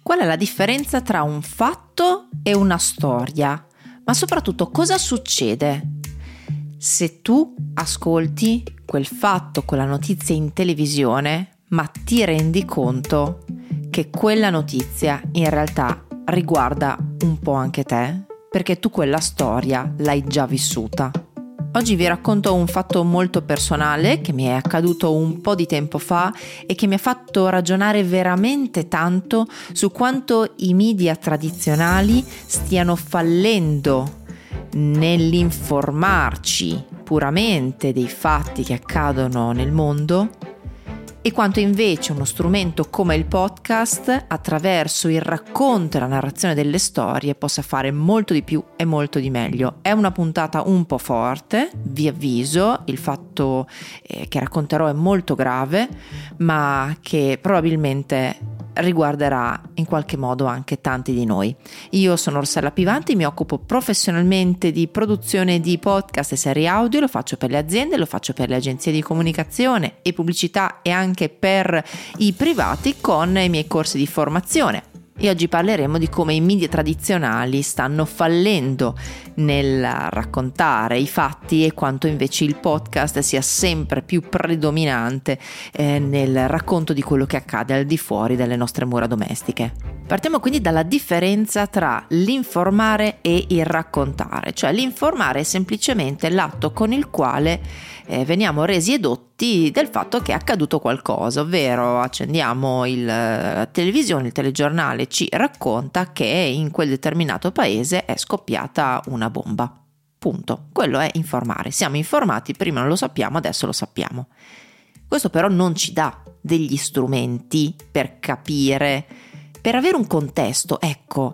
Qual è la differenza tra un fatto e una storia? Ma soprattutto cosa succede se tu ascolti quel fatto, quella notizia in televisione, ma ti rendi conto che quella notizia in realtà riguarda un po' anche te, perché tu quella storia l'hai già vissuta. Oggi vi racconto un fatto molto personale che mi è accaduto un po' di tempo fa e che mi ha fatto ragionare veramente tanto su quanto i media tradizionali stiano fallendo nell'informarci puramente dei fatti che accadono nel mondo e quanto invece uno strumento come il podcast, attraverso il racconto e la narrazione delle storie, possa fare molto di più e molto di meglio. È una puntata un po' forte, vi avviso, il fatto che racconterò è molto grave, ma che probabilmente riguarderà in qualche modo anche tanti di noi. Io sono Rossella Pivanti, mi occupo professionalmente di produzione di podcast e serie audio, lo faccio per le aziende, lo faccio per le agenzie di comunicazione e pubblicità e anche per i privati con i miei corsi di formazione. E oggi parleremo di come i media tradizionali stanno fallendo nel raccontare i fatti e quanto invece il podcast sia sempre più predominante nel racconto di quello che accade al di fuori delle nostre mura domestiche. Partiamo quindi dalla differenza tra l'informare e il raccontare, cioè l'informare è semplicemente l'atto con il quale veniamo resi edotti del fatto che è accaduto qualcosa, ovvero accendiamo la televisione, il telegiornale ci racconta che in quel determinato paese è scoppiata una bomba. Punto. Quello è informare. Siamo informati, prima non lo sappiamo, adesso lo sappiamo. Questo però non ci dà degli strumenti per capire, per avere un contesto, ecco.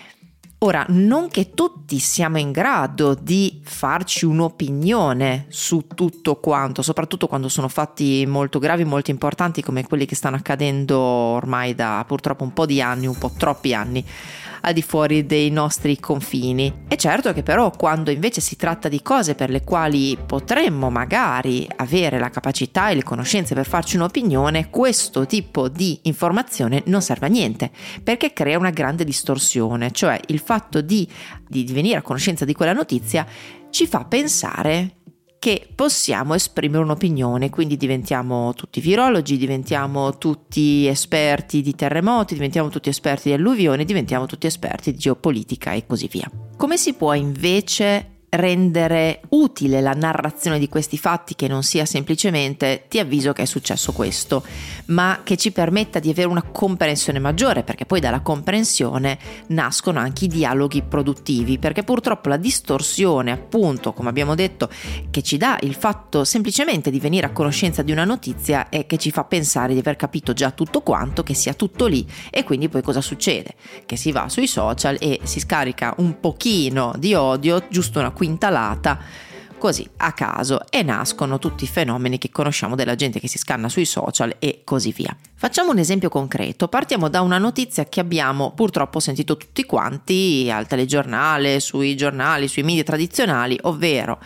Ora, non che tutti siamo in grado di farci un'opinione su tutto quanto, soprattutto quando sono fatti molto gravi, molto importanti come quelli che stanno accadendo ormai da purtroppo un po' di anni, un po' troppi anni, al di fuori dei nostri confini. È certo che però quando invece si tratta di cose per le quali potremmo magari avere la capacità e le conoscenze per farci un'opinione, questo tipo di informazione non serve a niente, perché crea una grande distorsione, cioè il fatto di venire a conoscenza di quella notizia ci fa pensare che possiamo esprimere un'opinione, quindi diventiamo tutti virologi, diventiamo tutti esperti di terremoti, diventiamo tutti esperti di alluvioni, diventiamo tutti esperti di geopolitica e così via. Come si può invece rendere utile la narrazione di questi fatti, che non sia semplicemente ti avviso che è successo questo, ma che ci permetta di avere una comprensione maggiore, perché poi dalla comprensione nascono anche i dialoghi produttivi, perché purtroppo la distorsione, appunto, come abbiamo detto, che ci dà il fatto semplicemente di venire a conoscenza di una notizia è che ci fa pensare di aver capito già tutto quanto, che sia tutto lì, e quindi poi cosa succede? Che si va sui social e si scarica un pochino di odio, giusto una quintalata, così a caso, e nascono tutti i fenomeni che conosciamo della gente che si scanna sui social e così via. Facciamo un esempio concreto, partiamo da una notizia che abbiamo purtroppo sentito tutti quanti al telegiornale, sui giornali, sui media tradizionali, ovvero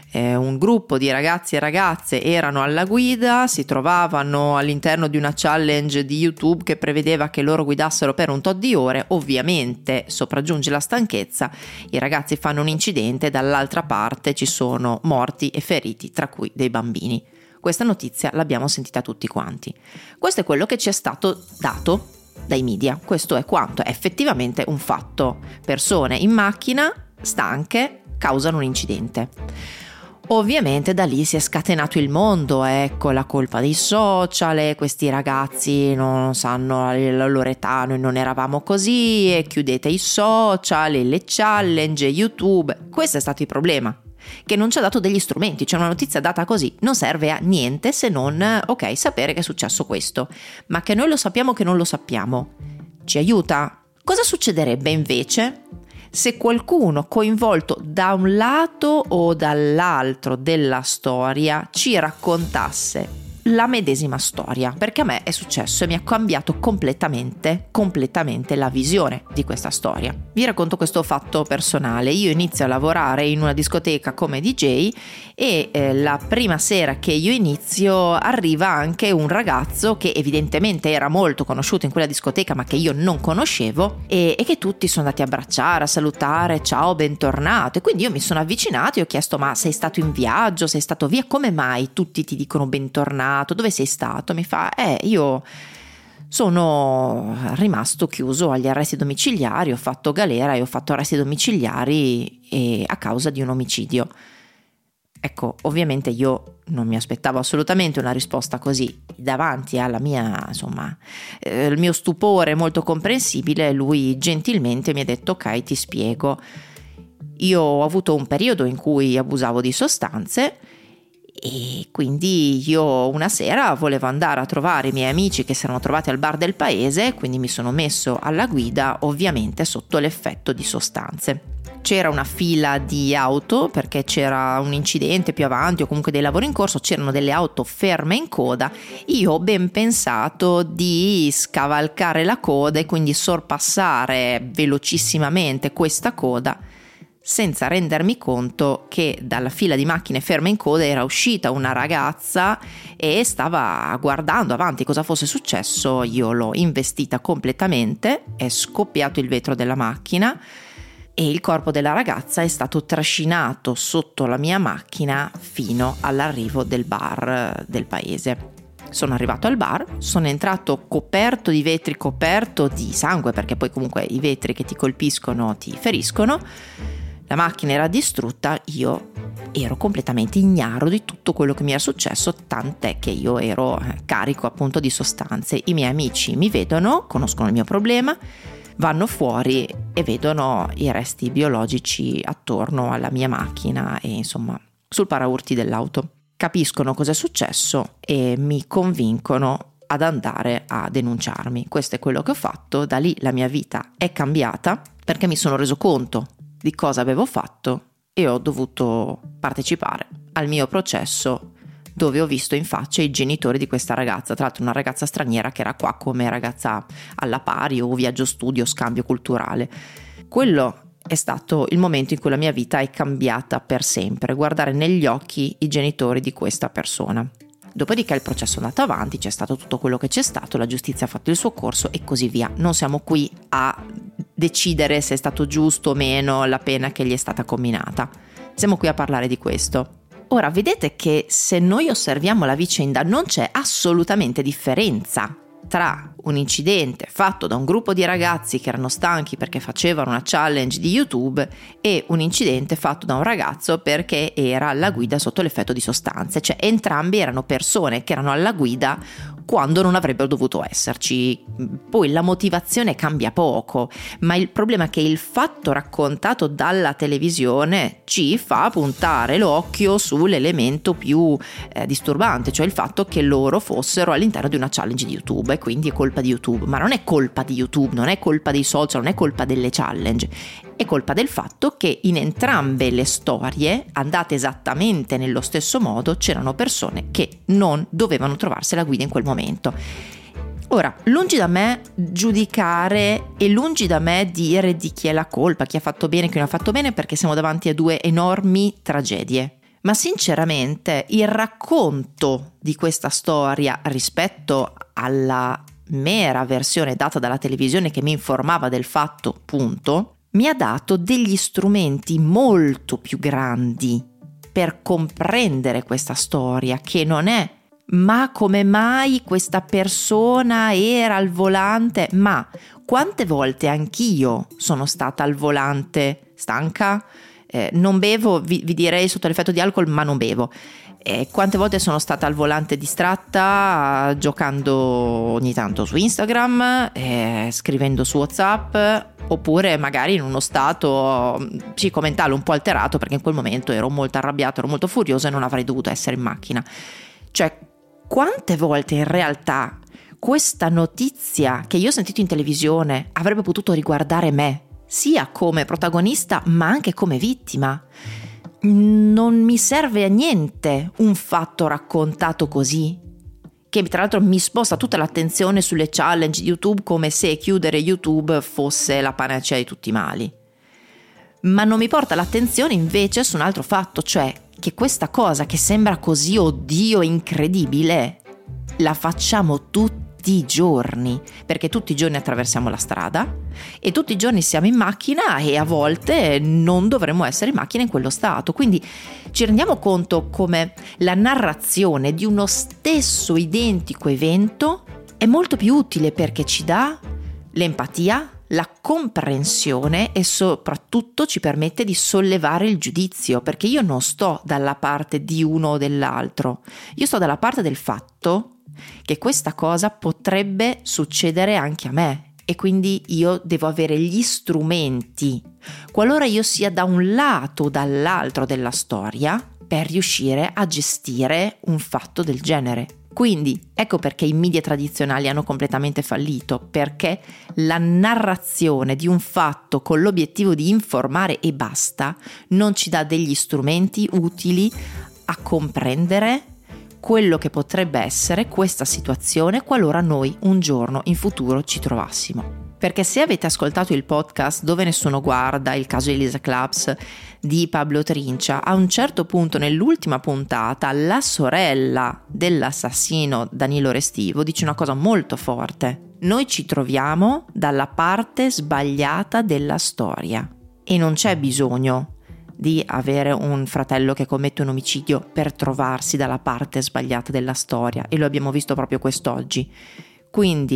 un gruppo di ragazzi e ragazze erano alla guida, si trovavano all'interno di una challenge di YouTube che prevedeva che loro guidassero per un tot di ore. Ovviamente sopraggiunge la stanchezza, i ragazzi fanno un incidente e dall'altra parte ci sono morti e feriti, tra cui dei bambini. Questa notizia l'abbiamo sentita tutti quanti. Questo è quello che ci è stato dato dai media, questo è quanto è effettivamente un fatto. Persone in macchina, stanche, causano un incidente. Ovviamente da lì si è scatenato il mondo, ecco la colpa dei social, questi ragazzi non sanno la loro età, noi non eravamo così, e chiudete i social, e le challenge, YouTube. Questo è stato il problema, che non ci ha dato degli strumenti, cioè una notizia data così non serve a niente se non, ok, sapere che è successo questo, ma che noi lo sappiamo che non lo sappiamo, ci aiuta? Cosa succederebbe invece se qualcuno coinvolto da un lato o dall'altro della storia ci raccontasse la medesima storia, perché a me è successo e mi ha cambiato completamente la visione di questa storia. Vi racconto questo fatto personale. Io inizio a lavorare in una discoteca come DJ e la prima sera che io inizio arriva anche un ragazzo che evidentemente era molto conosciuto in quella discoteca ma che io non conoscevo e che tutti sono andati a abbracciare, a salutare, ciao, bentornato, e quindi io mi sono avvicinato e ho chiesto: ma sei stato in viaggio, sei stato via, come mai tutti ti dicono bentornato? Dove sei stato? Mi fa: io sono rimasto chiuso agli arresti domiciliari, ho fatto galera e ho fatto arresti domiciliari a causa di un omicidio. Ecco, ovviamente io non mi aspettavo assolutamente una risposta così. Davanti alla mia, il mio stupore molto comprensibile, lui gentilmente mi ha detto: ok, ti spiego. Io ho avuto un periodo in cui abusavo di sostanze e quindi io una sera volevo andare a trovare i miei amici che si erano trovati al bar del paese, quindi mi sono messo alla guida, ovviamente sotto l'effetto di sostanze. C'era una fila di auto perché c'era un incidente più avanti o comunque dei lavori in corso, c'erano delle auto ferme in coda. Io ho ben pensato di scavalcare la coda e quindi sorpassare velocissimamente questa coda, senza rendermi conto che dalla fila di macchine ferme in coda era uscita una ragazza e stava guardando avanti cosa fosse successo. Io l'ho investita completamente, è scoppiato il vetro della macchina e il corpo della ragazza è stato trascinato sotto la mia macchina fino all'arrivo del bar del paese. Sono arrivato al bar, sono entrato coperto di vetri, coperto di sangue, perché poi comunque i vetri che ti colpiscono ti feriscono. La macchina era distrutta, io ero completamente ignaro di tutto quello che mi era successo, tant'è che io ero carico appunto di sostanze. I miei amici mi vedono, conoscono il mio problema, vanno fuori e vedono i resti biologici attorno alla mia macchina e insomma sul paraurti dell'auto. Capiscono cosa è successo e mi convincono ad andare a denunciarmi. Questo è quello che ho fatto. Da lì la mia vita è cambiata perché mi sono reso conto di cosa avevo fatto e ho dovuto partecipare al mio processo, dove ho visto in faccia i genitori di questa ragazza, tra l'altro una ragazza straniera che era qua come ragazza alla pari o viaggio studio, scambio culturale. Quello è stato il momento in cui la mia vita è cambiata per sempre, guardare negli occhi i genitori di questa persona. Dopodiché il processo è andato avanti, c'è stato tutto quello che c'è stato, la giustizia ha fatto il suo corso e così via. Non siamo qui a decidere se è stato giusto o meno la pena che gli è stata comminata. Siamo qui a parlare di questo. Ora, vedete che se noi osserviamo la vicenda non c'è assolutamente differenza tra un incidente fatto da un gruppo di ragazzi che erano stanchi perché facevano una challenge di YouTube e un incidente fatto da un ragazzo perché era alla guida sotto l'effetto di sostanze. Cioè entrambi erano persone che erano alla guida quando non avrebbero dovuto esserci. Poi la motivazione cambia poco, ma il problema è che il fatto raccontato dalla televisione ci fa puntare l'occhio sull'elemento più disturbante, cioè il fatto che loro fossero all'interno di una challenge di YouTube e quindi è colpa di YouTube. Ma non è colpa di YouTube, non è colpa dei social, non è colpa delle challenge, è colpa del fatto che in entrambe le storie, andate esattamente nello stesso modo, c'erano persone che non dovevano trovarsi alla guida in quel momento. Ora, lungi da me giudicare e lungi da me dire di chi è la colpa, chi ha fatto bene, chi non ha fatto bene, perché siamo davanti a due enormi tragedie. Ma sinceramente il racconto di questa storia rispetto alla mera versione data dalla televisione che mi informava del fatto, punto, mi ha dato degli strumenti molto più grandi per comprendere questa storia, che non è ma come mai questa persona era al volante, ma quante volte anch'io sono stata al volante stanca, non bevo, vi direi sotto l'effetto di alcol, ma non bevo. Quante volte sono stata al volante distratta, giocando ogni tanto su Instagram, scrivendo su WhatsApp, oppure magari in uno stato psicomentale un po' alterato, perché in quel momento ero molto arrabbiata, ero molto furiosa e non avrei dovuto essere in macchina. Cioè, quante volte in realtà questa notizia che io ho sentito in televisione avrebbe potuto riguardare me, sia come protagonista ma anche come vittima? Non mi serve a niente un fatto raccontato così che tra l'altro mi sposta tutta l'attenzione sulle challenge di YouTube come se chiudere YouTube fosse la panacea di tutti i mali. Ma non mi porta l'attenzione invece su un altro fatto, cioè che questa cosa che sembra così, oddio, incredibile, la facciamo tutti i giorni, perché tutti i giorni attraversiamo la strada e tutti i giorni siamo in macchina e a volte non dovremmo essere in macchina in quello stato. Quindi ci rendiamo conto come la narrazione di uno stesso identico evento è molto più utile perché ci dà l'empatia, la comprensione e soprattutto ci permette di sollevare il giudizio, perché io non sto dalla parte di uno o dell'altro, io sto dalla parte del fatto che questa cosa potrebbe succedere anche a me e quindi io devo avere gli strumenti, qualora io sia da un lato o dall'altro della storia, per riuscire a gestire un fatto del genere. Quindi ecco perché i media tradizionali hanno completamente fallito, perché la narrazione di un fatto con l'obiettivo di informare e basta non ci dà degli strumenti utili a comprendere quello che potrebbe essere questa situazione qualora noi un giorno in futuro ci trovassimo. Perché se avete ascoltato il podcast Dove Nessuno Guarda, il caso Elisa Claps di Pablo Trincia, a un certo punto nell'ultima puntata la sorella dell'assassino Danilo Restivo dice una cosa molto forte. Noi ci troviamo dalla parte sbagliata della storia e non c'è bisogno di avere un fratello che commette un omicidio per trovarsi dalla parte sbagliata della storia, e lo abbiamo visto proprio quest'oggi. Quindi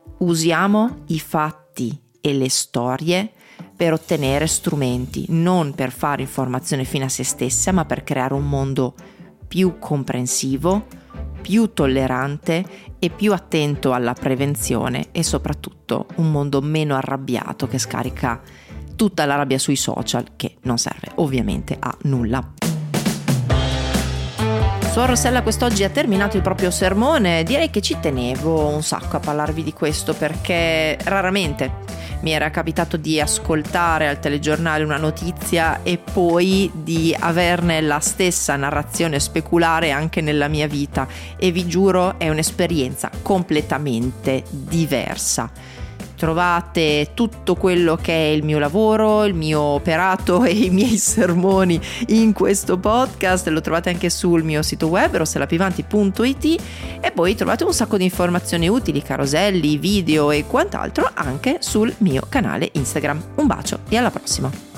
usiamo i fatti e le storie per ottenere strumenti, non per fare informazione fine a se stessa, ma per creare un mondo più comprensivo, più tollerante e più attento alla prevenzione e soprattutto un mondo meno arrabbiato che scarica tutta la rabbia sui social, che non serve ovviamente a nulla. Suor Rossella quest'oggi ha terminato il proprio sermone. Direi che ci tenevo un sacco a parlarvi di questo, perché raramente mi era capitato di ascoltare al telegiornale una notizia e poi di averne la stessa narrazione speculare anche nella mia vita, e vi giuro è un'esperienza completamente diversa. Trovate tutto quello che è il mio lavoro, il mio operato e i miei sermoni in questo podcast, lo trovate anche sul mio sito web rossellapivanti.it, e poi trovate un sacco di informazioni utili, caroselli, video e quant'altro anche sul mio canale Instagram. Un bacio e alla prossima!